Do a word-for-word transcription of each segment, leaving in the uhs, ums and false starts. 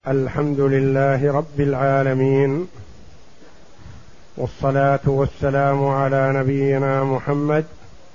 الحمد لله رب العالمين، والصلاة والسلام على نبينا محمد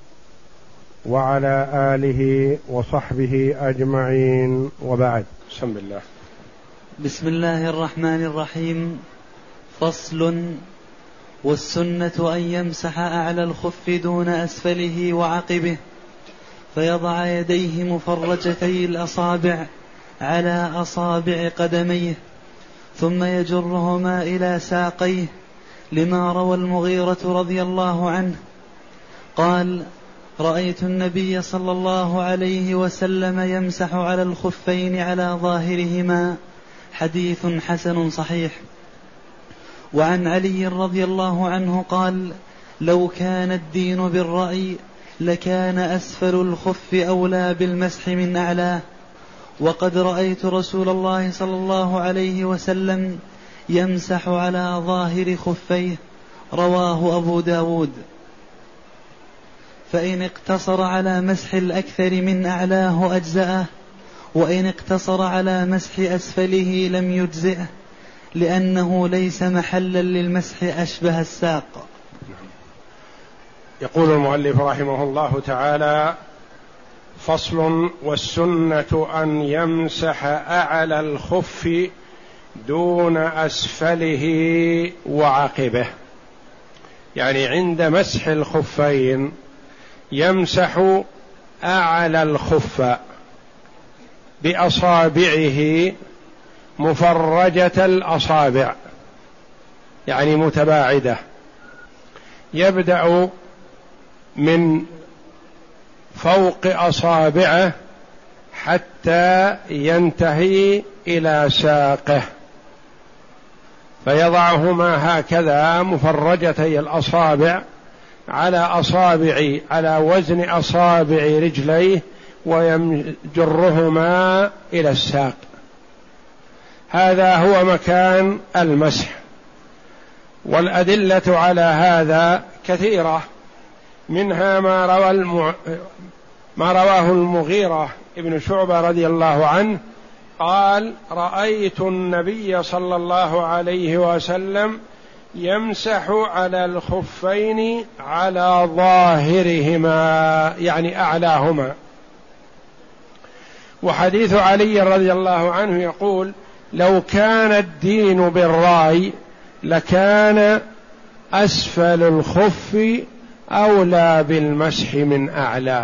وعلى آله وصحبه أجمعين، وبعد. بسم الله. بسم الله الرحمن الرحيم. فصل: والسنة أن يمسح أعلى الخف دون أسفله وعقبه، فيضع يديه مفرجتي الأصابع على أصابع قدميه، ثم يجرهما إلى ساقيه، لما روى المغيرة رضي الله عنه قال: رأيت النبي صلى الله عليه وسلم يمسح على الخفين على ظاهرهما. حديث حسن صحيح. وعن علي رضي الله عنه قال: لو كان الدين بالرأي لكان أسفل الخف أولى بالمسح من أعلاه، وقد رأيت رسول الله صلى الله عليه وسلم يمسح على ظاهر خفيه. رواه أبو داود. فإن اقتصر على مسح الأكثر من أعلاه أجزأه، وإن اقتصر على مسح أسفله لم يجزئه، لأنه ليس محلا للمسح أشبه الساق. يقول المؤلف رحمه الله تعالى: فصل: والسنة أن يمسح أعلى الخف دون أسفله وعقبه، يعني عند مسح الخفين يمسح أعلى الخف بأصابعه مفرجة الأصابع، يعني متباعدة، يبدأ من فوق أصابعه حتى ينتهي إلى ساقه، فيضعهما هكذا مفرجتي الأصابع على أصابع على وزن أصابع رجليه، ويجرهما إلى الساق. هذا هو مكان المسح، والأدلة على هذا كثيرة، منها ما روى الم... ما رواه المغيرة ابن شعبة رضي الله عنه قال: رأيت النبي صلى الله عليه وسلم يمسح على الخفين على ظاهرهما، يعني أعلاهما. وحديث علي رضي الله عنه يقول: لو كان الدين بالرأي لكان أسفل الخف أولى بالمسح من أعلاه،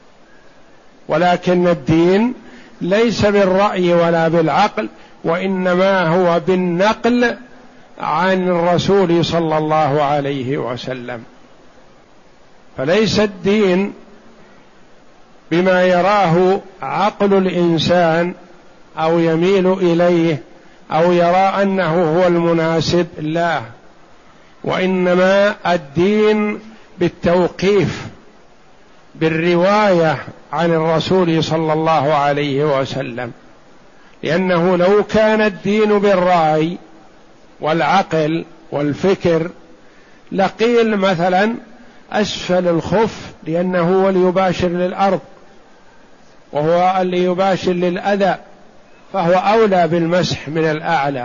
ولكن الدين ليس بالرأي ولا بالعقل، وإنما هو بالنقل عن الرسول صلى الله عليه وسلم. فليس الدين بما يراه عقل الإنسان أو يميل إليه أو يرى أنه هو المناسب، لا، وإنما الدين بالتوقيف، بالرواية عن الرسول صلى الله عليه وسلم. لأنه لو كان الدين بالرأي والعقل والفكر لقيل مثلا أسفل الخف، لأنه هو اللي يباشر للأرض وهو اللي يباشر للأذى، فهو أولى بالمسح من الأعلى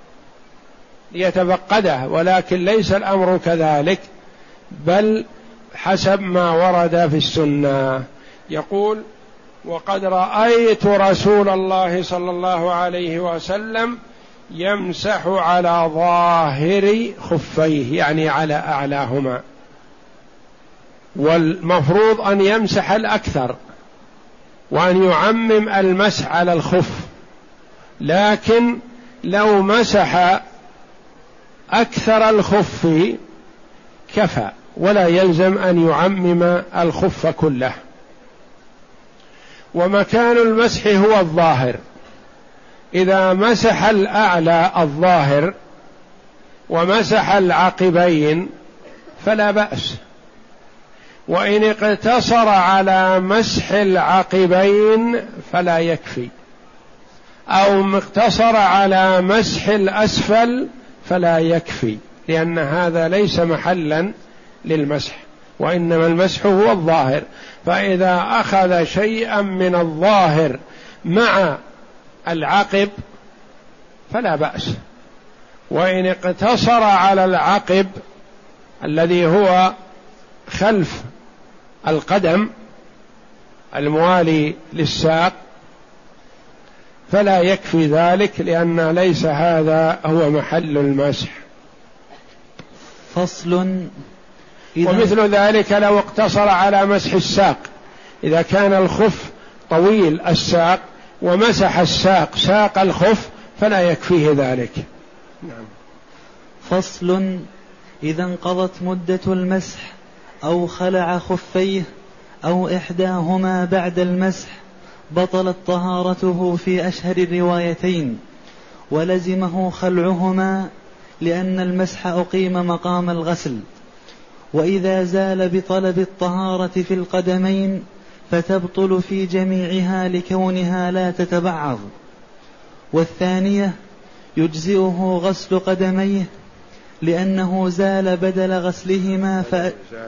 ليتفقده، ولكن ليس الأمر كذلك، بل حسب ما ورد في السنة. يقول: وقد رأيت رسول الله صلى الله عليه وسلم يمسح على ظاهر خفيه، يعني على أعلاهما، والمفروض أن يمسح الأكثر وأن يعمم المسح على الخف، لكن لو مسح أكثر الخف كفى، ولا يلزم أن يعمم الخف كله. ومكان المسح هو الظاهر، إذا مسح الأعلى الظاهر ومسح العقبين فلا بأس، وإن اقتصر على مسح العقبين فلا يكفي، أو اقتصر على مسح الأسفل فلا يكفي، لأن هذا ليس محلا للمسح، وإنما المسح هو الظاهر. فإذا أخذ شيئا من الظاهر مع العقب فلا بأس. وإن اقتصر على العقب الذي هو خلف القدم الموالي للساق فلا يكفي ذلك، لأن ليس هذا هو محل المسح. فصل. ومثل ذلك لو اقتصر على مسح الساق، إذا كان الخف طويل الساق ومسح الساق ساق الخف فلا يكفيه ذلك. نعم. فصل. إذا انقضت مدة المسح أو خلع خفيه أو إحداهما بعد المسح بطلت طهارته في أشهر الروايتين، ولزمه خلعهما لأن المسح أقيم مقام الغسل. وإذا زال بطلب الطهارة في القدمين فتبطل في جميعها لكونها لا تتبعض. والثانية يجزئه غسل قدميه لأنه زال بدل غسلهما ف...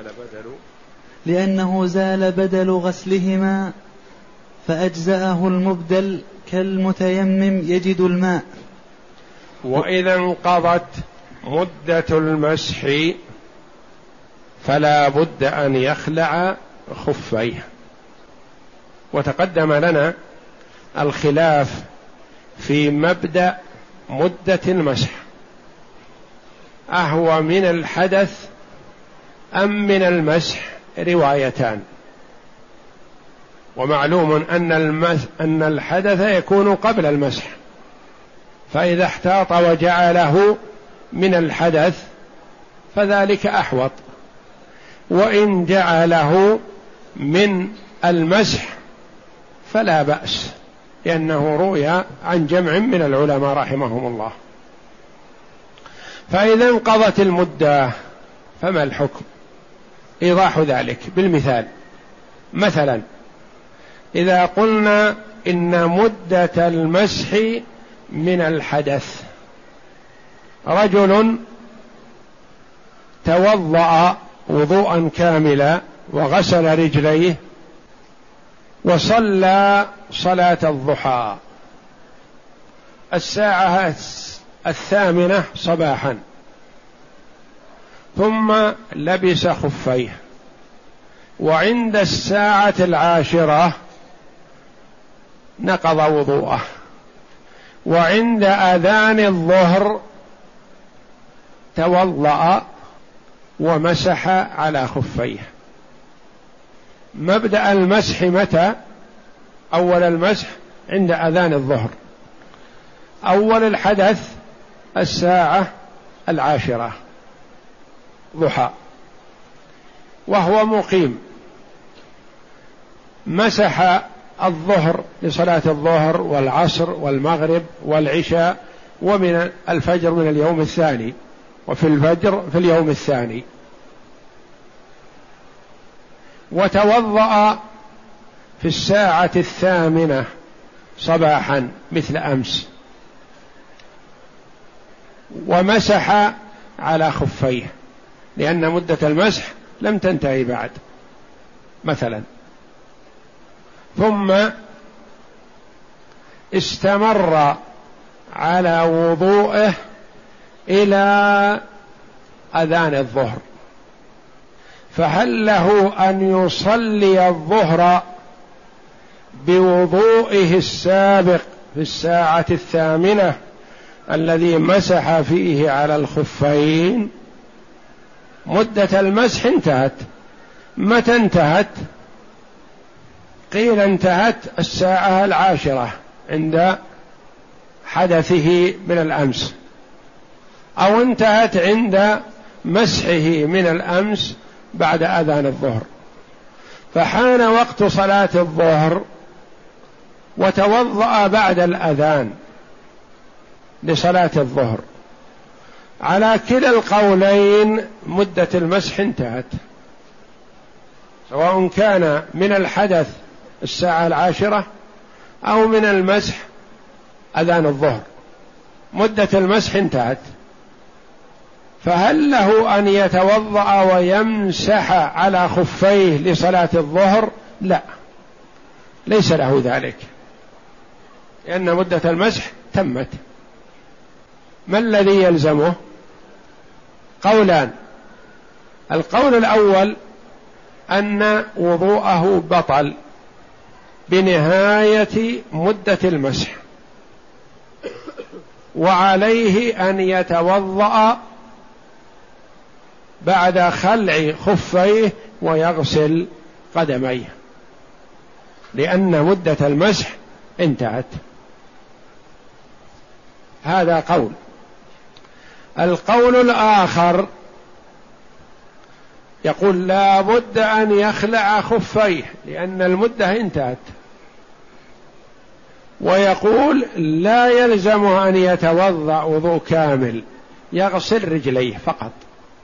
لأنه زال بدل غسلهما فأجزأه المبدل كالمتيمم يجد الماء. وإذا انقضت مدة المسح فلا بد أن يخلع خفيه. وتقدم لنا الخلاف في مبدأ مدة المسح، أهو من الحدث أم من المسح؟ روايتان. ومعلوم أن المسح أن الحدث يكون قبل المسح، فإذا احتاط وجعله من الحدث فذلك أحوط، وإن جعله من المسح فلا بأس، لأنه روي عن جمع من العلماء رحمهم الله. فإذا انقضت المدة فما الحكم؟ إيضاح ذلك بالمثال. مثلا إذا قلنا إن مدة المسح من الحدث، رجل توضأ وضوءا كاملا وغسل رجليه وصلى صلاة الضحى الساعة الثامنة صباحا، ثم لبس خفيه، وعند الساعة العاشرة نقض وضوءه، وعند أذان الظهر توضأ ومسح على خفيه. مبدأ المسح متى؟ أول المسح عند أذان الظهر، أول الحدث الساعة العاشرة ضحى، وهو مقيم، مسح الظهر لصلاة الظهر والعصر والمغرب والعشاء ومن الفجر من اليوم الثاني، وفي الفجر في اليوم الثاني، وتوضأ في الساعة الثامنة صباحا مثل أمس، ومسح على خفيه، لأن مدة المسح لم تنتهي بعد مثلا، ثم استمر على وضوئه إلى أذان الظهر، فهل له أن يصلي الظهر بوضوئه السابق في الساعة الثامنة الذي مسح فيه على الخفين؟ مدة المسح انتهت. متى انتهت؟ قيل انتهت الساعة العاشرة عند حدثه من الأمس، أو انتهت عند مسحه من الأمس بعد أذان الظهر، فحان وقت صلاة الظهر وتوضأ بعد الأذان لصلاة الظهر. على كلا القولين مدة المسح انتهت، سواء كان من الحدث الساعة العاشرة أو من المسح أذان الظهر، مدة المسح انتهت. فهل له أن يتوضأ ويمسح على خفيه لصلاة الظهر؟ لا، ليس له ذلك، لأن مدة المسح تمت. ما الذي يلزمه؟ قولان. القول الأول أن وضوءه بطل بنهاية مدة المسح، وعليه أن يتوضأ بعد خلع خفيه ويغسل قدميه، لأن مدة المسح انتهت. هذا قول. القول الآخر يقول لا بد أن يخلع خفيه لأن المدة انتهت، ويقول لا يلزمه أن يتوضأ وضوء كامل، يغسل رجليه فقط،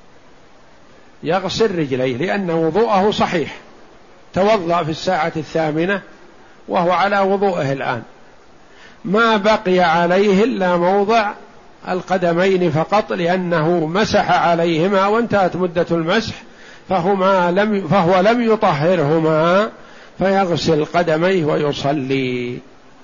يغسل رجليه لأن وضوءه صحيح، توضأ في الساعة الثامنة وهو على وضوءه الآن، ما بقي عليه إلا موضع القدمين فقط، لأنه مسح عليهما وانتهت مدة المسح، فهما لم فهو لم يطهرهما، فيغسل قدميه ويصلي.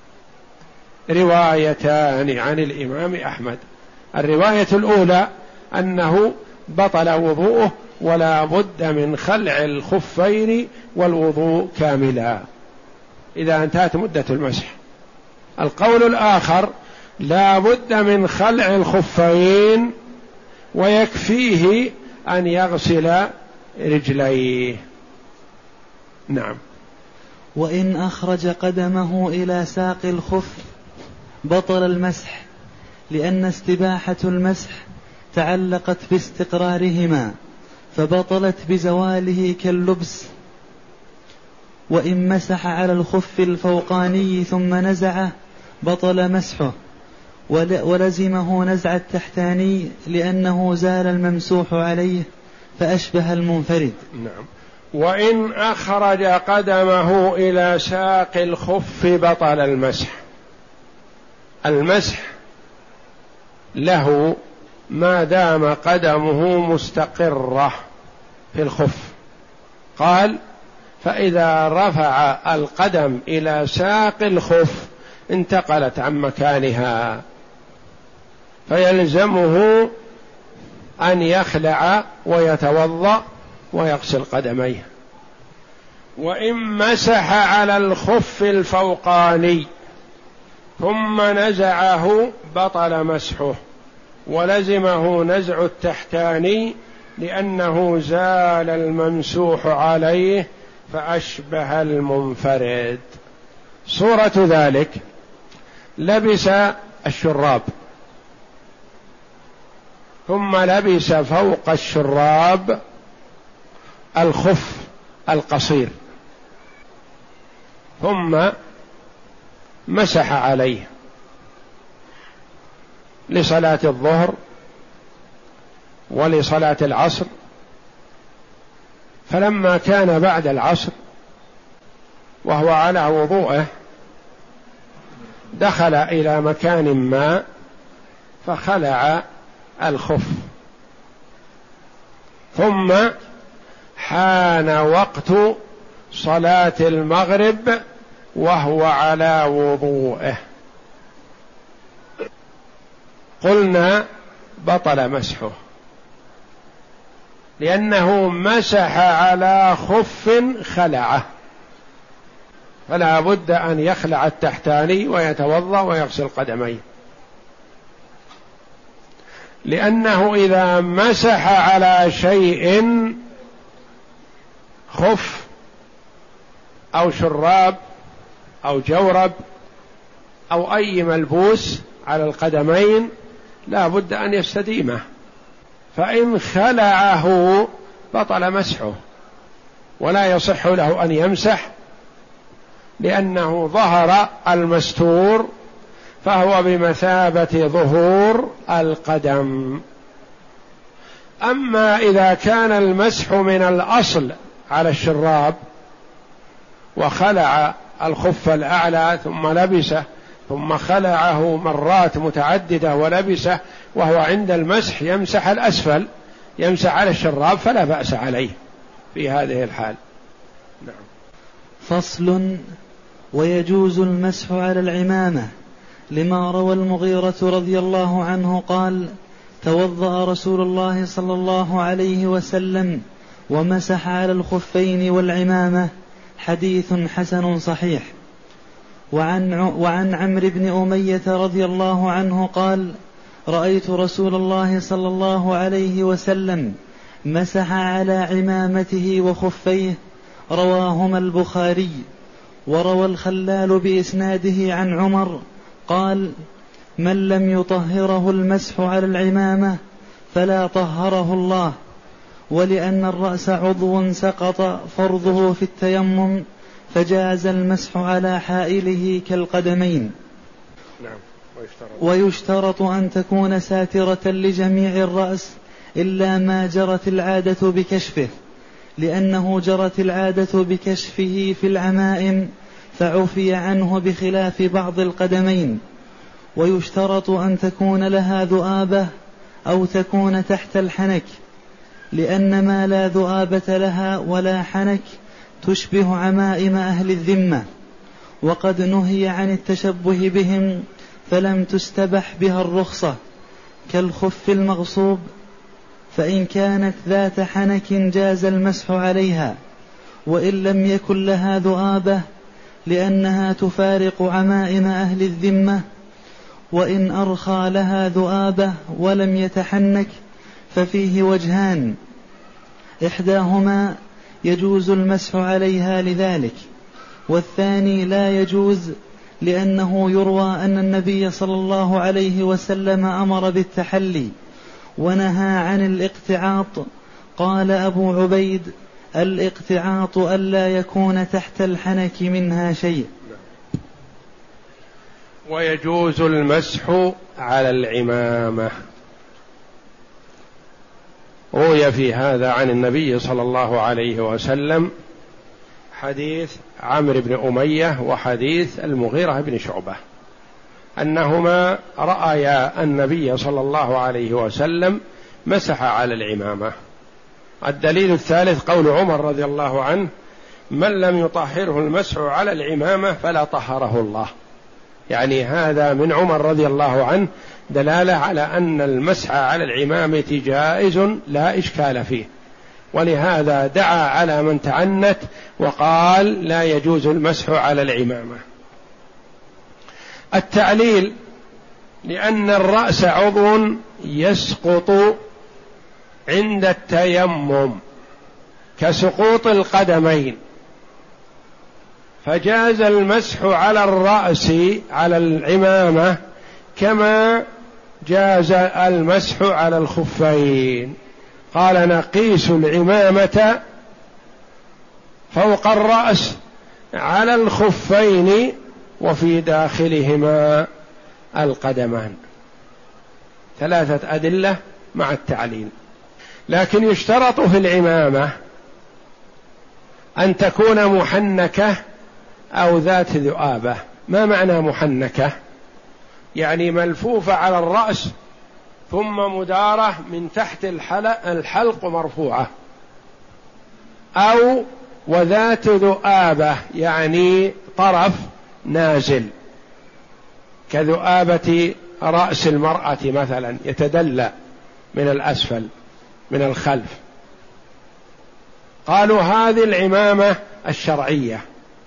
روايتان عن الإمام أحمد. الرواية الأولى أنه بطل وضوءه ولا بد من خلع الخفين والوضوء كاملا إذا انتهت مدة المسح. القول الآخر لا بد من خلع الخفين ويكفيه أن يغسل رجليه. نعم. وإن أخرج قدمه إلى ساق الخف بطل المسح، لأن استباحة المسح تعلقت باستقرارهما فبطلت بزواله كاللبس. وإن مسح على الخف الفوقاني ثم نزعه بطل مسحه، ولزمه نزع التحتاني لأنه زال الممسوح عليه فأشبه المنفرد. نعم. وإن أخرج قدمه إلى ساق الخف بطل المسح. المسح له ما دام قدمه مستقرة في الخف. قال فإذا رفع القدم إلى ساق الخف انتقلت عن مكانها، فيلزمه أن يخلع ويتوضأ ويغسل قدميه. وإن مسح على الخف الفوقاني ثم نزعه بطل مسحه، ولزمه نزع التحتاني لأنه زال الممسوح عليه فأشبه المنفرد. صورة ذلك لبس الشراب ثم لبس فوق الشراب الخف القصير ثم مسح عليه لصلاة الظهر ولصلاة العصر، فلما كان بعد العصر وهو على وضوءه دخل إلى مكان ما فخلع الخف، ثم حان وقت صلاة المغرب وهو على وضوءه، قلنا بطل مسحه لأنه مسح على خف خلعه، فلا بد أن يخلع التحتاني ويتوضأ ويغسل قدميه، لأنه إذا مسح على شيء خف أو شراب أو جورب أو أي ملبوس على القدمين لا بد أن يستديمه، فإن خلعه بطل مسحه ولا يصح له أن يمسح، لأنه ظهر المستور فهو بمثابة ظهور القدم. أما إذا كان المسح من الأصل على الشراب وخلع الخف الأعلى ثم لبسه ثم خلعه مرات متعددة ولبسه، وهو عند المسح يمسح الأسفل، يمسح على الشراب، فلا بأس عليه في هذه الحال. نعم. فصل. ويجوز المسح على العمامة لما روى المغيرة رضي الله عنه قال: توضأ رسول الله صلى الله عليه وسلم ومسح على الخفين والعمامة. حديث حسن صحيح. وعن, وعن عمرو بن أمية رضي الله عنه قال: رأيت رسول الله صلى الله عليه وسلم مسح على عمامته وخفيه. رواهما البخاري. وروى الخلال بإسناده عن عمر قال: من لم يطهره المسح على العمامة فلا طهره الله. ولأن الرأس عضو سقط فرضه في التيمم فجاز المسح على حائله كالقدمين. نعم. ويشترط, ويشترط أن تكون ساترة لجميع الرأس إلا ما جرت العادة بكشفه، لأنه جرت العادة بكشفه في العمائم فعفي عنه بخلاف بعض القدمين. ويشترط أن تكون لها ذؤابة أو تكون تحت الحنك، لأن ما لا ذؤابة لها ولا حنك تشبه عمائم أهل الذمة، وقد نهي عن التشبه بهم فلم تستبح بها الرخصة، كالخف المغصوب، فإن كانت ذات حنك جاز المسح عليها وإن لم يكن لها ذؤابة، لأنها تفارق عمائم أهل الذمة. وإن أرخى لها ذؤابة ولم يتحنك ففيه وجهان: إحداهما يجوز المسح عليها لذلك، والثاني لا يجوز، لأنه يروى أن النبي صلى الله عليه وسلم أمر بالتحلي ونهى عن الاقتعاط. قال أبو عبيد: الاقتعاط ألا يكون تحت الحنك منها شيء. ويجوز المسح على العمامة. روي في هذا عن النبي صلى الله عليه وسلم حديث عمرو بن أمية وحديث المغيرة بن شعبة أنهما رأيا النبي صلى الله عليه وسلم مسح على العمامة. الدليل الثالث قول عمر رضي الله عنه: من لم يطهره المسح على العمامة فلا طهره الله. يعني هذا من عمر رضي الله عنه دلالة على أن المسح على العمامة جائز لا إشكال فيه، ولهذا دعا على من تعنت وقال لا يجوز المسح على العمامة. التعليل: لأن الرأس عضو يسقط عند التيمم كسقوط القدمين، فجاز المسح على الرأس على العمامة كما جاز المسح على الخفين. قال: نقيس العمامة فوق الرأس على الخفين وفي داخلهما القدمان. ثلاثة أدلة مع التعليل. لكن يشترط في العمامة أن تكون محنكة أو ذات ذؤابة. ما معنى محنكة؟ يعني ملفوفة على الرأس ثم مدارة من تحت الحلق مرفوعة، أو وذات ذؤابة يعني طرف نازل كذؤابة رأس المرأة مثلا يتدلى من الأسفل من الخلف. قالوا هذه العمامة الشرعية.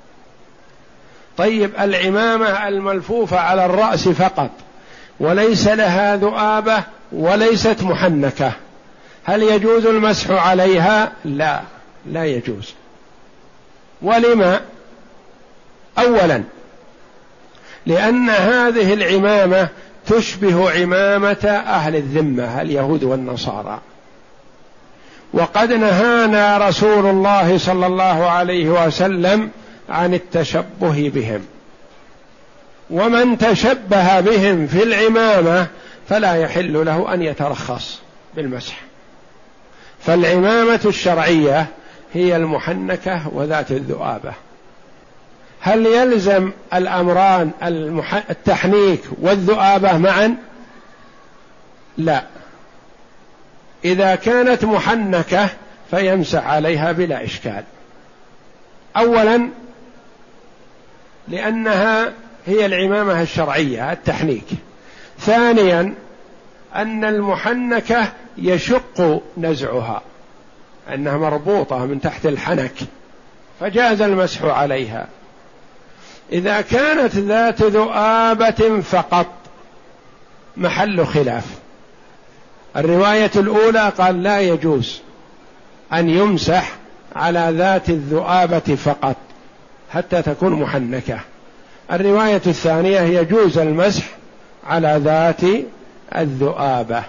طيب العمامة الملفوفة على الرأس فقط وليس لها ذؤابة وليست محنكة، هل يجوز المسح عليها؟ لا، لا يجوز. ولما؟ أولا لأن هذه العمامة تشبه عمامة أهل الذمة اليهود والنصارى، وقد نهانا رسول الله صلى الله عليه وسلم عن التشبه بهم، ومن تشبه بهم في العمامة فلا يحل له أن يترخص بالمسح. فالعمامة الشرعية هي المحنكة وذات الذؤابة. هل يلزم الأمران التحنيك والذؤابة معا؟ لا. إذا كانت محنكة فيمسح عليها بلا إشكال. أولا لأنها هي العمامة الشرعية التحنيك. ثانيا أن المحنكة يشق نزعها، أنها مربوطة من تحت الحنك فجاز المسح عليها. إذا كانت ذات ذؤابة فقط محل خلاف. الرواية الأولى قال لا يجوز أن يمسح على ذات الذؤابة فقط حتى تكون محنكة. الرواية الثانية يجوز المسح على ذات الذؤابة،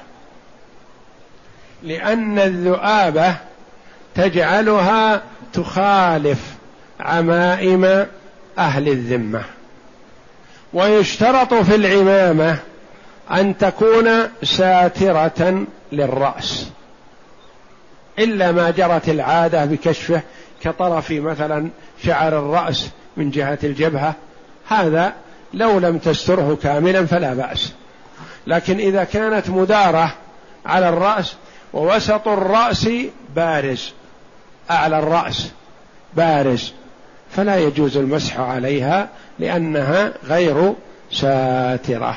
لأن الذؤابة تجعلها تخالف عمائم أهل الذمة. ويشترط في العمامة أن تكون ساترة للرأس، إلا ما جرت العادة بكشفه كطرف مثلا شعر الرأس من جهة الجبهة، هذا لو لم تستره كاملا فلا بأس. لكن إذا كانت مدارة على الرأس ووسط الرأس بارز، أعلى الرأس بارز، فلا يجوز المسح عليها لأنها غير ساترة.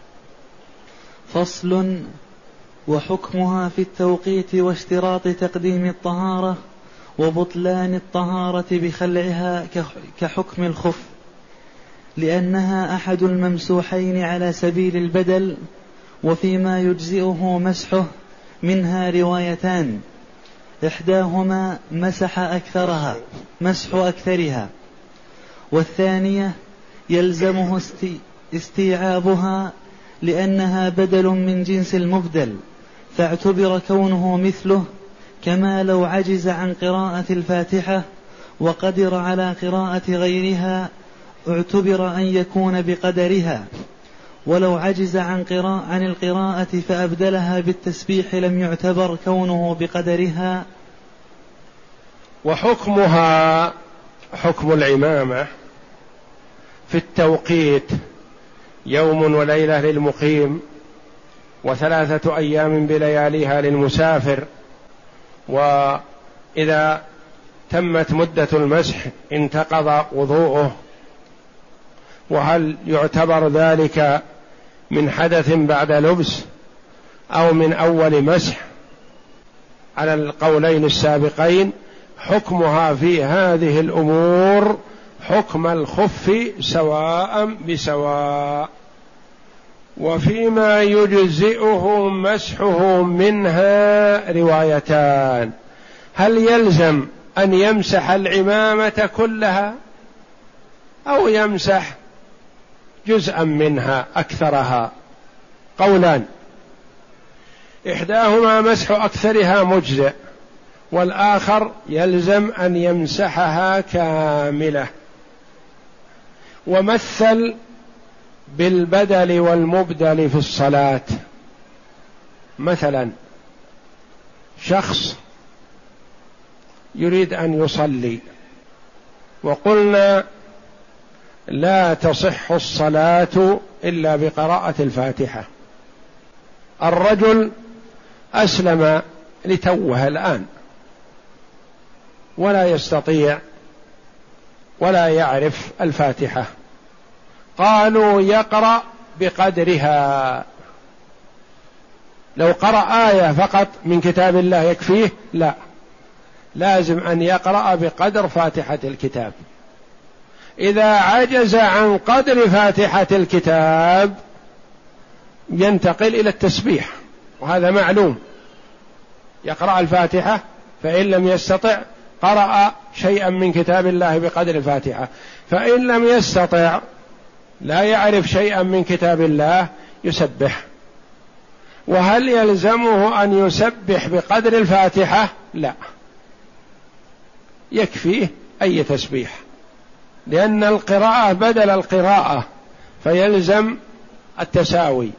فصل. وحكمها في التوقيت واشتراط تقديم الطهارة وبطلان الطهارة بخلعها كحكم الخف، لأنها أحد الممسوحين على سبيل البدل، وفيما يجزئه مسحه منها روايتان، إحداهما مسح أكثرها مسح أكثرها، والثانية يلزمه استيعابها لأنها بدل من جنس المبدل، فاعتبر كونه مثله، كما لو عجز عن قراءة الفاتحة وقدر على قراءة غيرها اعتبر أن يكون بقدرها، ولو عجز عن, قراءة عن القراءة فأبدلها بالتسبيح لم يعتبر كونه بقدرها. وحكمها حكم العمامة في التوقيت يوم وليلة للمقيم، وثلاثة أيام بلياليها للمسافر، وإذا تمت مدة المسح انتقض وضوءه. وهل يعتبر ذلك من حدث بعد لبس أو من أول مسح؟ على القولين السابقين حكمها في هذه الأمور حكم الخف سواء بسواء. وفيما يجزئه مسحه منها روايتان: هل يلزم أن يمسح العمامة كلها أو يمسح جزءا منها أكثرها؟ قولان: إحداهما مسح أكثرها مجزئ، والآخر يلزم أن يمسحها كاملة. ومثل بالبدل والمبدل في الصلاة. مثلا شخص يريد أن يصلي، وقلنا لا تصح الصلاة إلا بقراءة الفاتحة. الرجل أسلم لتوه الآن ولا يستطيع ولا يعرف الفاتحة، قالوا يقرأ بقدرها. لو قرأ آية فقط من كتاب الله يكفيه؟ لا، لازم أن يقرأ بقدر فاتحة الكتاب. إذا عجز عن قدر فاتحة الكتاب ينتقل إلى التسبيح، وهذا معلوم، يقرأ الفاتحة، فإن لم يستطع قرأ شيئا من كتاب الله بقدر الفاتحة، فإن لم يستطع لا يعرف شيئا من كتاب الله يسبح. وهل يلزمه أن يسبح بقدر الفاتحة؟ لا، يكفيه أي تسبيح، لأن القراءة بدل القراءة فيلزم التساوي،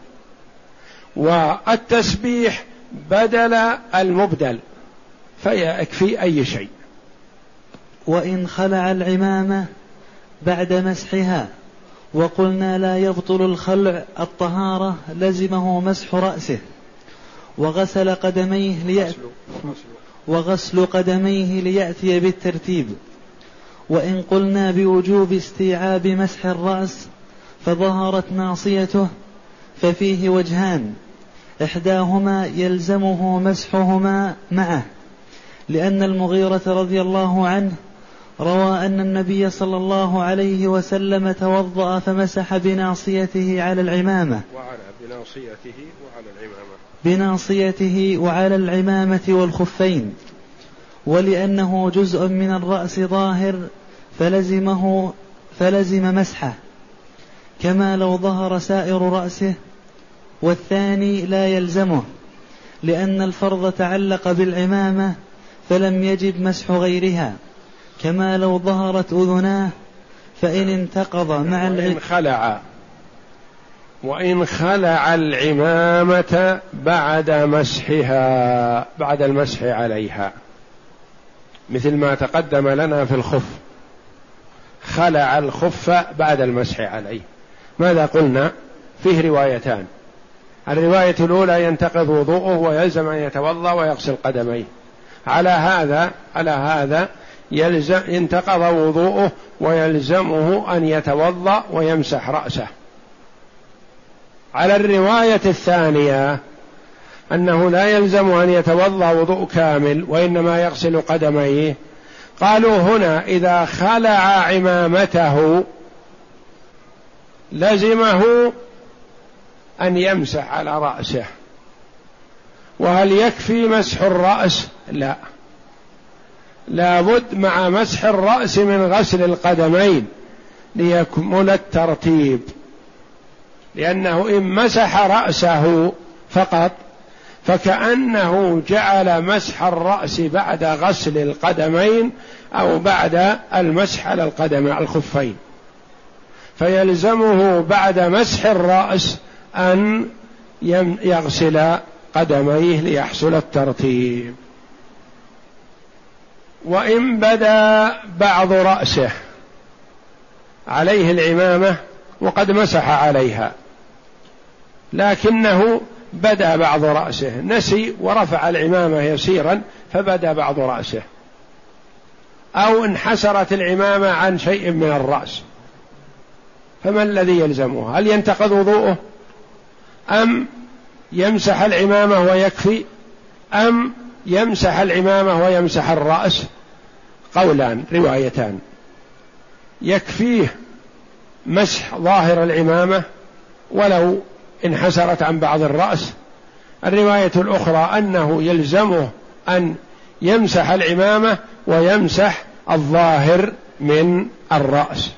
والتسبيح بدل المبدل فيكفي أي شيء. وإن خلع العمامة بعد مسحها وقلنا لا يبطل الخلع الطهارة لزمه مسح رأسه وغسل قدميه ليأتي وغسل قدميه ليأتي بالترتيب. وإن قلنا بوجوب استيعاب مسح الرأس فظهرت ناصيته ففيه وجهان، إحداهما يلزمه مسحهما معه، لأن المغيرة رضي الله عنه روى أن النبي صلى الله عليه وسلم توضأ فمسح بناصيته على العمامة وعلى بناصيته وعلى العمامة بناصيته وعلى العمامة والخفين، ولأنه جزء من الرأس ظاهر فلزمه فلزم مسحه، كما لو ظهر سائر رأسه. والثاني لا يلزمه، لأن الفرض تعلق بالعمامة فلم يجب مسح غيرها، كما لو ظهرت أذناه فإن انتقض مع وإن خلع وإن خلع العمامة بعد مسحها بعد المسح عليها، مثل ما تقدم لنا في الخف، خلع الخف بعد المسح عليه، ماذا قلنا؟ فيه روايتان، الرواية الأولى ينتقض وضوءه ويلزم أن يتوضأ ويغسل قدميه، على هذا على هذا يلزم ينتقض وضوءه ويلزمه أن يتوضأ ويمسح رأسه. على الرواية الثانية أنه لا يلزم أن يتوضأ وضوء كامل وإنما يغسل قدميه، قالوا هنا إذا خلع عمامته لزمه أن يمسح على رأسه. وهل يكفي مسح الرأس؟ لا، لابد مع مسح الرأس من غسل القدمين ليكمل الترتيب، لأنه إن مسح رأسه فقط فكأنه جعل مسح الرأس بعد غسل القدمين أو بعد المسح على القدم الخفين، فيلزمه بعد مسح الرأس أن يغسل قدميه ليحصل الترتيب. وإن بدا بعض رأسه عليه العمامة وقد مسح عليها، لكنه بدا بعض رأسه، نسي ورفع العمامة يسيرا فبدا بعض رأسه، أو انحسرت العمامة عن شيء من الرأس، فما الذي يلزمه؟ هل ينتقض وضوءه أم يمسح العمامة ويكفي أم يمسح العمامة ويمسح الرأس؟ قولان روايتان، يكفيه مسح ظاهر العمامة ولو انحسرت عن بعض الرأس. الرواية الأخرى أنه يلزمه أن يمسح العمامة ويمسح الظاهر من الرأس.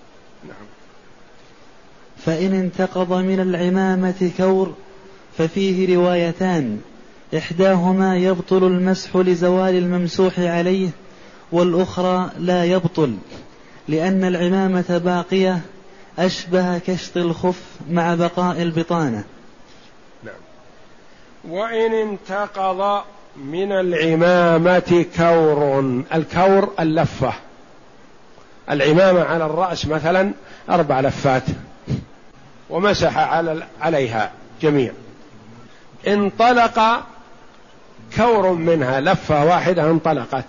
فإن انتقض من العمامة كور ففيه روايتان، إحداهما يبطل المسح لزوال الممسوح عليه، والأخرى لا يبطل لأن العمامة باقية أشبه كشط الخف مع بقاء البطانة. نعم. وإن انتقض من العمامة كور، الكور اللفة، العمامة على الرأس مثلا أربع لفات ومسح على عليها جميع، انطلق كور منها لفة واحدة انطلقت،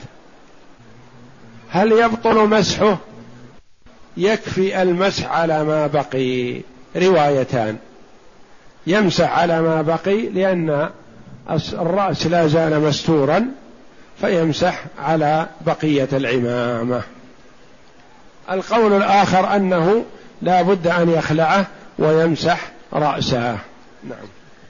هل يبطل مسحه؟ يكفي المسح على ما بقي. روايتان، يمسح على ما بقي لأن الرأس لا زال مستورا فيمسح على بقية العمامة. القول الآخر أنه لا بد أن يخلعه ويمسح رأسه. نعم.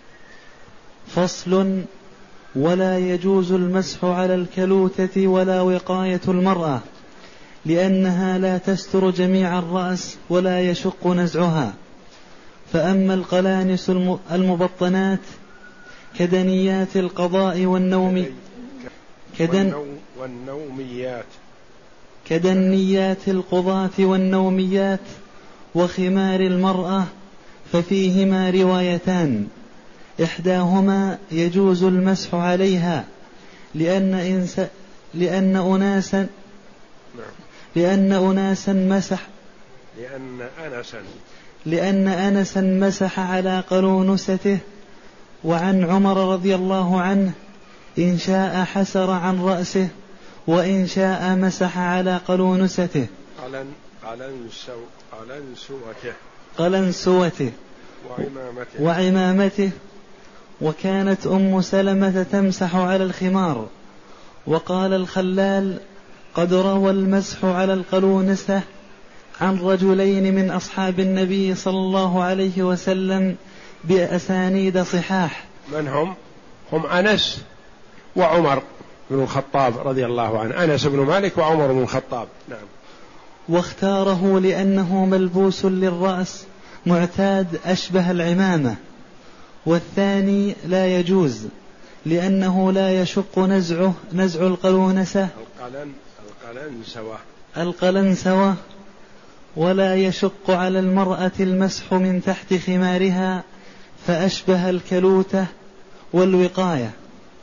فصل: ولا يجوز المسح على الكلوتة ولا وقاية المرأة، لأنها لا تستر جميع الرأس ولا يشق نزعها. فأما القلانس المبطنات كدنيات القضاء والنوم كدن والنوميات كدنيات القضاة والنوميات وخمار المرأة ففيهما روايتان، إحداهما يجوز المسح عليها لأن إنس لأن أناسا لأن أناسا مسح لأن أنسا لأن أنسا مسح على قلونسته. وعن عمر رضي الله عنه إن شاء حسر عن رأسه وإن شاء مسح على قلونسته. قلنسوته قلنسوته وعمامته, وعمامته. وكانت أم سلمة تمسح على الخمار. وقال الخلال قد روى المسح على القلونسة عن رجلين من أصحاب النبي صلى الله عليه وسلم بأسانيد صحاح. من هم؟ هم أنس وعمر بن الخطاب رضي الله عنه، أنس بن مالك وعمر بن الخطاب. نعم. واختاره لأنه ملبوس للرأس معتاد أشبه العمامة. والثاني لا يجوز لأنه لا يشق نزعه نزع القلونسة القلن القلنسوة القلنسوة ولا يشق على المرأة المسح من تحت خمارها فأشبه الكلوتة والوقاية.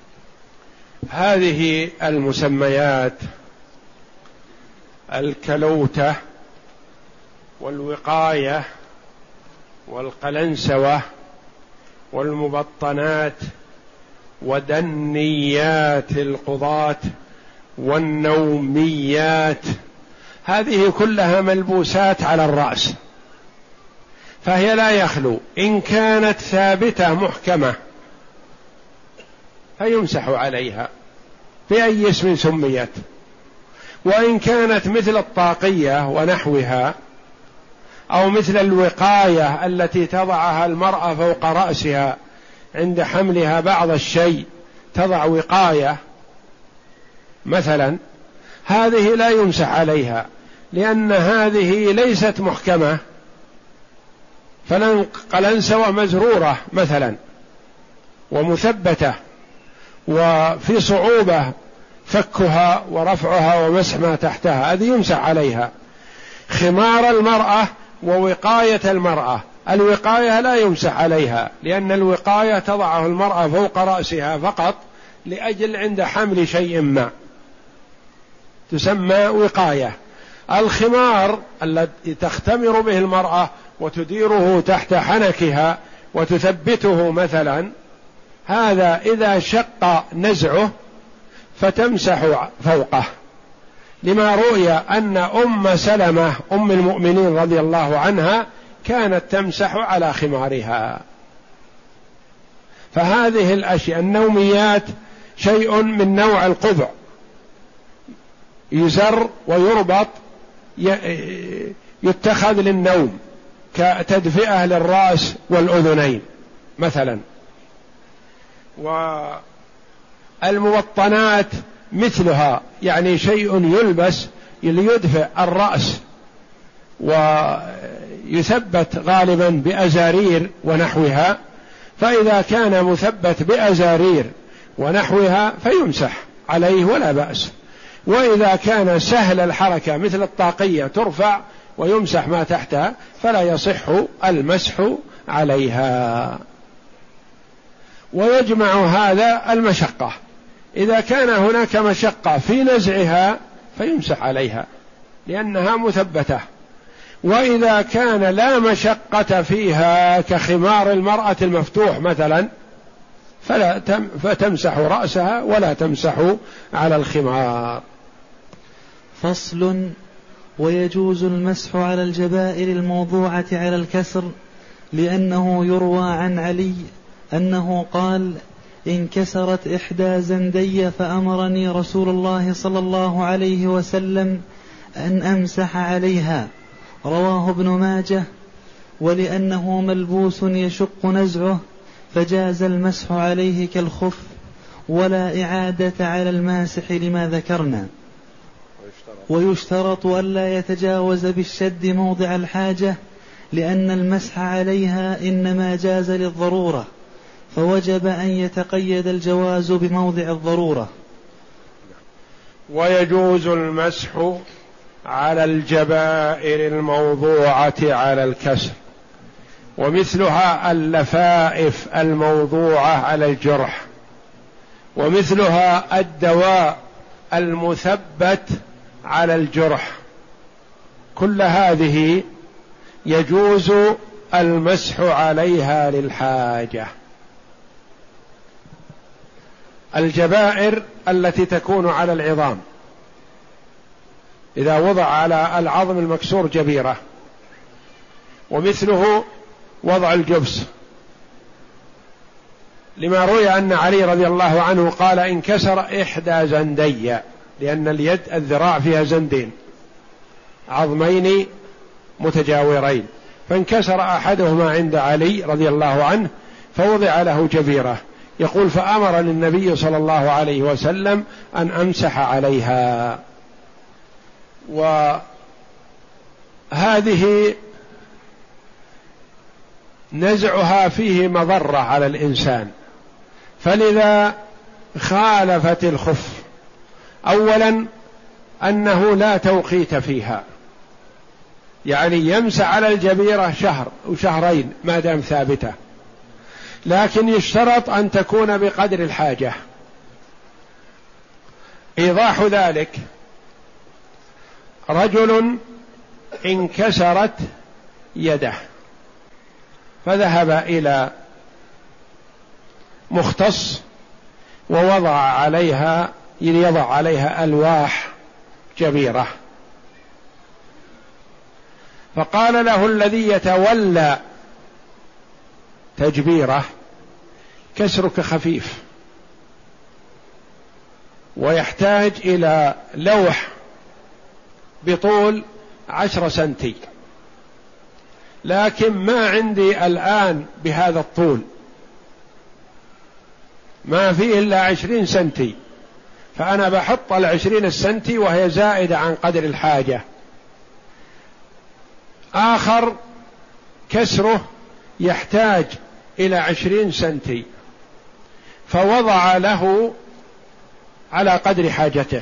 هذه المسميات الكلوتة والوقاية والقلنسوة والمبطنات ودنيات القضاة والنوميات، هذه كلها ملبوسات على الرأس، فهي لا يخلو إن كانت ثابتة محكمة فيمسح عليها بأي اسم سميت، وإن كانت مثل الطاقية ونحوها أو مثل الوقاية التي تضعها المرأة فوق رأسها عند حملها بعض الشيء، تضع وقاية مثلا، هذه لا يمسح عليها لأن هذه ليست محكمة، فالقلنسوة مزرورة مثلا ومثبتة وفي صعوبة فكها ورفعها ومسح ما تحتها، هذه يمسح عليها. خمار المرأة ووقاية المرأة، الوقاية لا يمسح عليها لأن الوقاية تضعه المرأة فوق رأسها فقط لأجل عند حمل شيء ما، تسمى وقاية. الخمار الذي تختمر به المرأة وتديره تحت حنكها وتثبته مثلا، هذا إذا شق نزعه فتمسح فوقه، لما رؤي أن أم سلمة أم المؤمنين رضي الله عنها كانت تمسح على خمارها. فهذه الأشياء النوميات شيء من نوع القبع، يزر ويربط يتخذ للنوم كتدفئة للرأس والأذنين مثلا. والمبطنات مثلها، يعني شيء يلبس ليدفئ الرأس ويثبت غالبا بأزارير ونحوها، فإذا كان مثبت بأزارير ونحوها فيمسح عليه ولا بأس. وإذا كان سهل الحركة مثل الطاقية ترفع ويمسح ما تحتها فلا يصح المسح عليها. ويجمع هذا المشقة، إذا كان هناك مشقة في نزعها فيمسح عليها لأنها مثبتة، وإذا كان لا مشقة فيها كخمار المرأة المفتوح مثلا فلا تم فتمسح رأسها ولا تمسح على الخمار. فصل. ويجوز المسح على الجبائر الموضوعة على الكسر، لأنه يروى عن علي أنه قال: انكسرت إحدى زندي فأمرني رسول الله صلى الله عليه وسلم أن أمسح عليها، رواه ابن ماجه. ولأنه ملبوس يشق نزعه فجاز المسح عليه كالخف، ولا إعادة على الماسح لما ذكرنا. ويشترط ألا يتجاوز بالشد موضع الحاجة، لأن المسح عليها إنما جاز للضرورة، فوجب أن يتقيد الجواز بموضع الضرورة. ويجوز المسح على الجبائر الموضوعة على الكسر، ومثلها اللفائف الموضوعة على الجرح، ومثلها الدواء المثبت على الجرح، كل هذه يجوز المسح عليها للحاجة. الجبائر التي تكون على العظام، إذا وضع على العظم المكسور جبيرة ومثله وضع الجبس، لما روي أن علي رضي الله عنه قال انكسر إحدى زندي، لأن اليد الذراع فيها زندين عظمين متجاورين، فانكسر أحدهما عند علي رضي الله عنه فوضع له جبيرة، يقول فأمر النبي صلى الله عليه وسلم أن أمسح عليها. وهذه نزعها فيه مضرة على الإنسان، فلذا خالفت الخف. أولا أنه لا توقيت فيها، يعني يمسح على الجبيرة شهر وشهرين ما دام ثابتة، لكن يشترط أن تكون بقدر الحاجة. إيضاح ذلك: رجل انكسرت يده فذهب إلى مختص ووضع عليها يضع عليها ألواح جبيرة، فقال له الذي يتولى تجبيره: كسرك خفيف ويحتاج إلى لوح بطول عشر سنتي، لكن ما عندي الآن بهذا الطول، ما فيه إلا عشرين سنتي، فأنا بحط العشرين السنتي وهي زائدة عن قدر الحاجة. آخر كسره يحتاج إلى عشرين سنتي، فوضع له على قدر حاجته.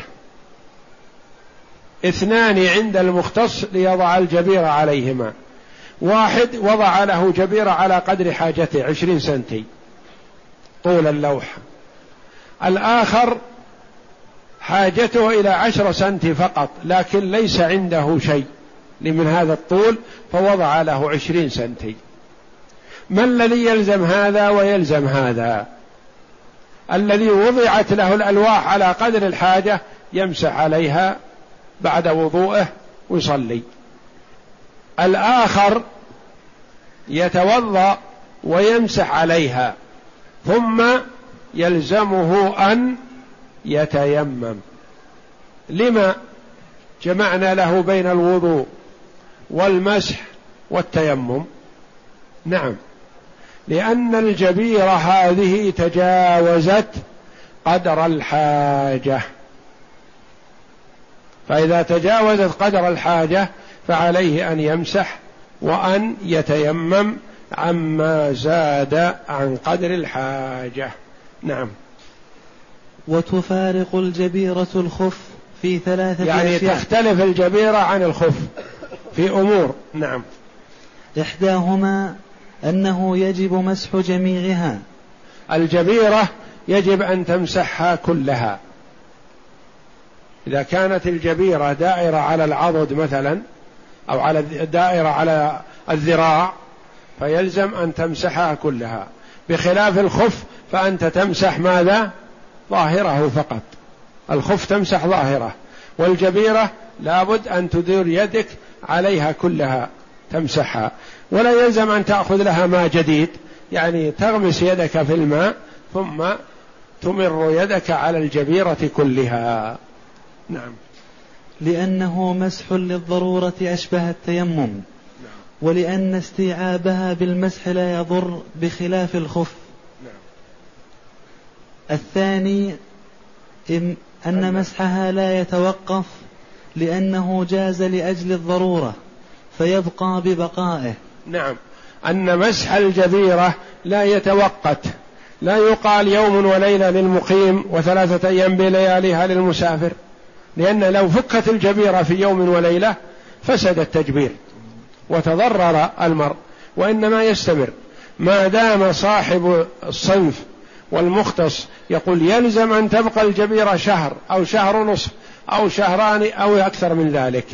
اثنان عند المختص ليضع الجبيرة عليهما، واحد وضع له جبيرة على قدر حاجته عشرين سنتي طول اللوح، الآخر حاجته إلى عشر سنتي فقط، لكن ليس عنده شيء من هذا الطول، فوضع له عشرين سنتي. ما الذي يلزم هذا ويلزم هذا؟ الذي وضعت له الألواح على قدر الحاجة يمسح عليها بعد وضوءه ويصلي. الآخر يتوضأ ويمسح عليها، ثم يلزمه أن يتيمم. لما جمعنا له بين الوضوء والمسح والتيمم؟ نعم، لأن الجبيرة هذه تجاوزت قدر الحاجة، فإذا تجاوزت قدر الحاجة فعليه أن يمسح وأن يتيمم عما زاد عن قدر الحاجة. نعم. وتفارق الجبيرة الخف في ثلاثة يعني أشياء، تختلف الجبيرة عن الخف في أمور. نعم. إحداهما أنه يجب مسح جميعها. الجبيرة يجب أن تمسحها كلها. إذا كانت الجبيرة دائرة على العضد مثلا، أو على دائرة على الذراع، فيلزم أن تمسحها كلها، بخلاف الخف فأنت تمسح ماذا؟ ظاهره فقط. الخف تمسح ظاهره، والجبيرة لابد أن تدير يدك عليها كلها تمسحها، ولا يلزم أن تأخذ لها ماء جديد، يعني تغمس يدك في الماء ثم تمر يدك على الجبيرة كلها. نعم. لأنه مسح للضرورة أشبه التيمم، ولأن استيعابها بالمسح لا يضر بخلاف الخف. الثاني أن مسحها لا يتوقف، لأنه جاز لأجل الضرورة فيبقى ببقائه. نعم، أن مسح الجبيرة لا يتوقت، لا يقال يوم وليلة للمقيم وثلاثة أيام بلياليها للمسافر، لأن لو فكت الجبيرة في يوم وليلة فسد التجبير وتضرر المرء، وإنما يستمر ما دام صاحب الصنف والمختص يقول يلزم أن تبقى الجبيرة شهر أو شهر ونصف أو شهران أو أكثر من ذلك،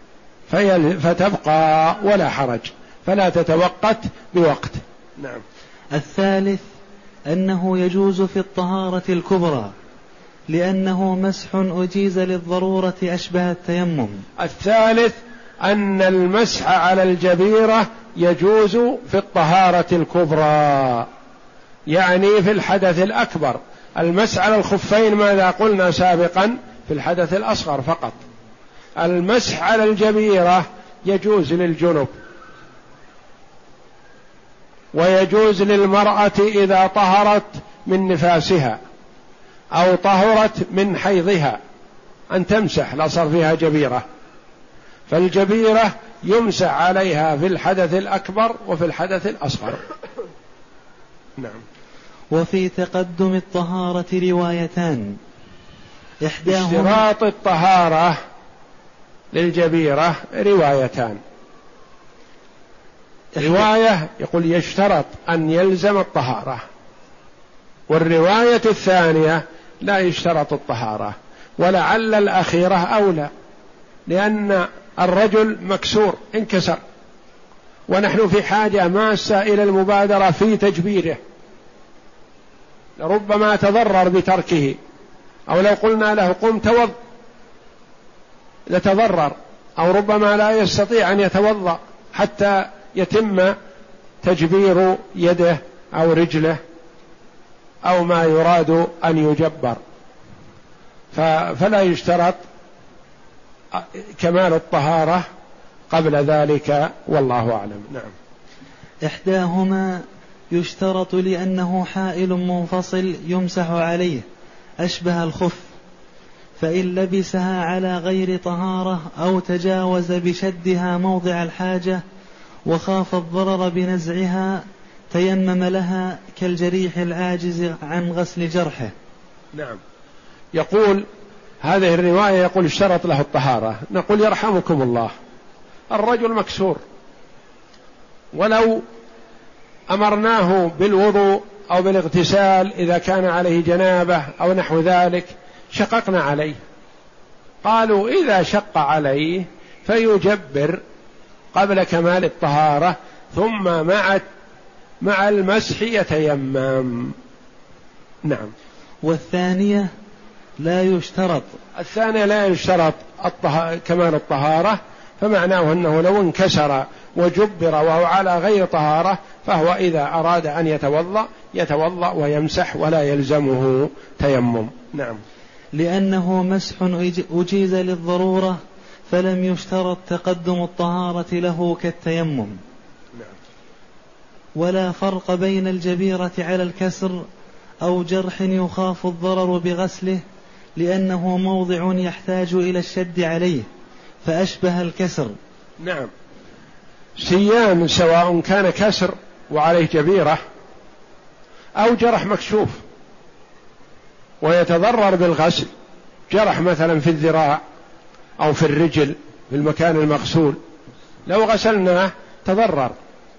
فتبقى ولا حرج، فلا تتوقت بوقت. نعم. الثالث أنه يجوز في الطهارة الكبرى، لأنه مسح أجيز للضرورة أشبه التيمم. الثالث أن المسح على الجبيرة يجوز في الطهارة الكبرى، يعني في الحدث الأكبر. المسح على الخفين ماذا قلنا سابقا؟ في الحدث الأصغر فقط. المسح على الجبيرة يجوز للجنب، ويجوز للمرأة إذا طهرت من نفاسها أو طهرت من حيضها أن تمسح لا صار فيها جبيرة، فالجبيرة يمسح عليها في الحدث الأكبر وفي الحدث الأصغر. نعم. وفي تقدم الطهارة روايتان، إحداهما اشتراط الطهارة للجبيرة روايتان. رواية يقول يشترط أن يلزم الطهارة، والرواية الثانية لا يشترط الطهارة، ولعل الأخيرة أولى، لأن الرجل مكسور انكسر، ونحن في حاجة ماسة إلى المبادرة في تجبيره، ربما تضرر بتركه، أو لو قلنا له قم توضأ يتضرر، أو ربما لا يستطيع أن يتوضأ حتى يتم تجبير يده أو رجله أو ما يراد أن يجبر، فلا يشترط كمال الطهارة قبل ذلك، والله أعلم. نعم. إحداهما يشترط لأنه حائل منفصل يمسح عليه أشبه الخف، فإن لبسها على غير طهارة أو تجاوز بشدها موضع الحاجة وخاف الضرر بنزعها تيمم لها كالجريح العاجز عن غسل جرحه. نعم. يقول هذه الرواية يقول اشترط له الطهارة، نقول يرحمكم الله، الرجل مكسور، ولو أمرناه بالوضوء أو بالاغتسال إذا كان عليه جنابة أو نحو ذلك شققنا عليه، قالوا إذا شق عليه فيجبر قبل كمال الطهارة، ثم مع مع المسح يتيمم. نعم. والثانية لا يشترط، الثانية لا يشترط الطه... كمال الطهارة، فمعناه أنه لو انكسر وجبر وهو على غير طهارة فهو إذا أراد أن يتوضأ يتوضأ ويمسح ولا يلزمه تيمم. نعم. لأنه مسح أجيز للضرورة فلم يشترط تقدم الطهارة له كالتيمم. نعم. ولا فرق بين الجبيرة على الكسر أو جرح يخاف الضرر بغسله، لأنه موضع يحتاج إلى الشد عليه فأشبه الكسر. نعم. سيان سواء كان كسر وعليه جبيرة أو جرح مكشوف ويتضرر بالغسل، جرح مثلا في الذراع أو في الرجل في المكان المغسول، لو غسلناه تضرر،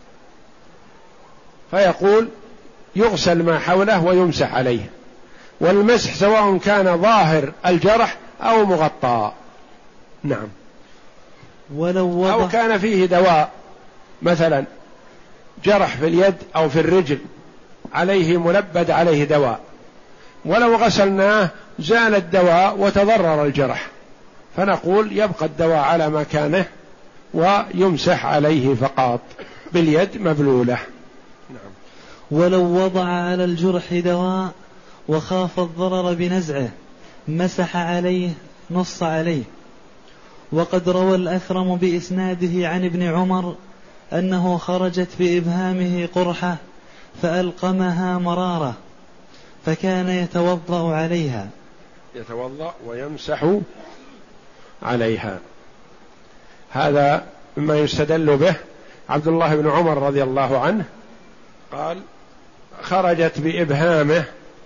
فيقول يغسل ما حوله ويمسح عليه. والمسح سواء كان ظاهر الجرح أو مغطى. نعم. ولو وضع أو كان فيه دواء، مثلا جرح في اليد أو في الرجل عليه ملبد عليه دواء، ولو غسلناه زال الدواء وتضرر الجرح، فنقول يبقى الدواء على مكانه ويمسح عليه فقط باليد مبلولة. نعم. ولو وضع على الجرح دواء وخاف الضرر بنزعه مسح عليه نص عليه. وقد روى الأثرم بإسناده عن ابن عمر أنه خرجت بإبهامه قرحة فألقمها مرارة فكان يتوضأ عليها، يتوضأ ويمسح عليها. هذا مما يستدل به. عبد الله بن عمر رضي الله عنه قال خرجت بإبهامه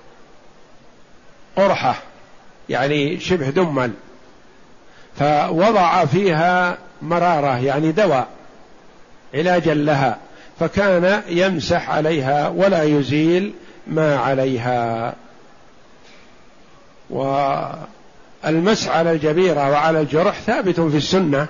قرحة يعني شبه دمل، فوضع فيها مرارة يعني دواء علاجا لها، فكان يمسح عليها ولا يزيل ما عليها. والمسح على الجبيرة وعلى الجرح ثابت في السنة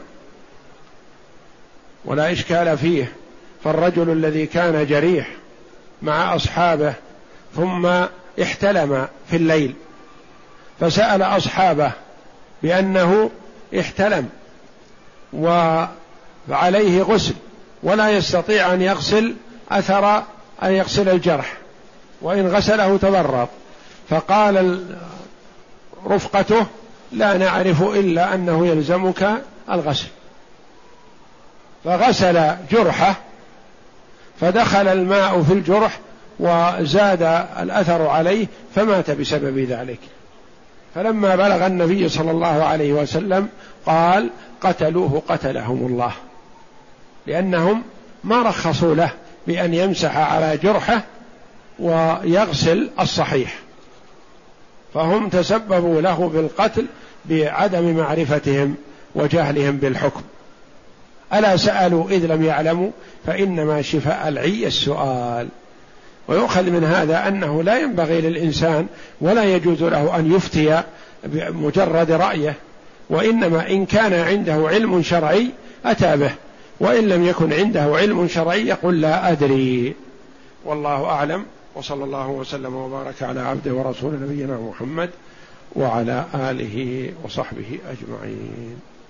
ولا إشكال فيه. فالرجل الذي كان جريح مع أصحابه ثم احتلم في الليل فسأل أصحابه بأنه احتلم وعليه غسل ولا يستطيع أن يغسل أثر أن يغسل الجرح، وإن غسله تضرر. فقال رفقته: لا نعرف إلا أنه يلزمك الغسل. فغسل جرحه فدخل الماء في الجرح وزاد الأثر عليه فمات بسبب ذلك. فلما بلغ النبي صلى الله عليه وسلم قال: قتلوه قتلهم الله، لأنهم ما رخصوا له بأن يمسح على جرحه ويغسل الصحيح، فهم تسببوا له بالقتل بعدم معرفتهم وجهلهم بالحكم. ألا سألوا إذ لم يعلموا، فإنما شفاء العي السؤال. ويؤخذ من هذا أنه لا ينبغي للإنسان ولا يجوز له أن يفتي بمجرد رأيه، وإنما إن كان عنده علم شرعي أتى به، وإن لم يكن عنده علم شرعي يقول: لا أدري. والله أعلم، وصلى الله وسلم وبارك على عبده ورسول نبينا محمد وعلى آله وصحبه أجمعين.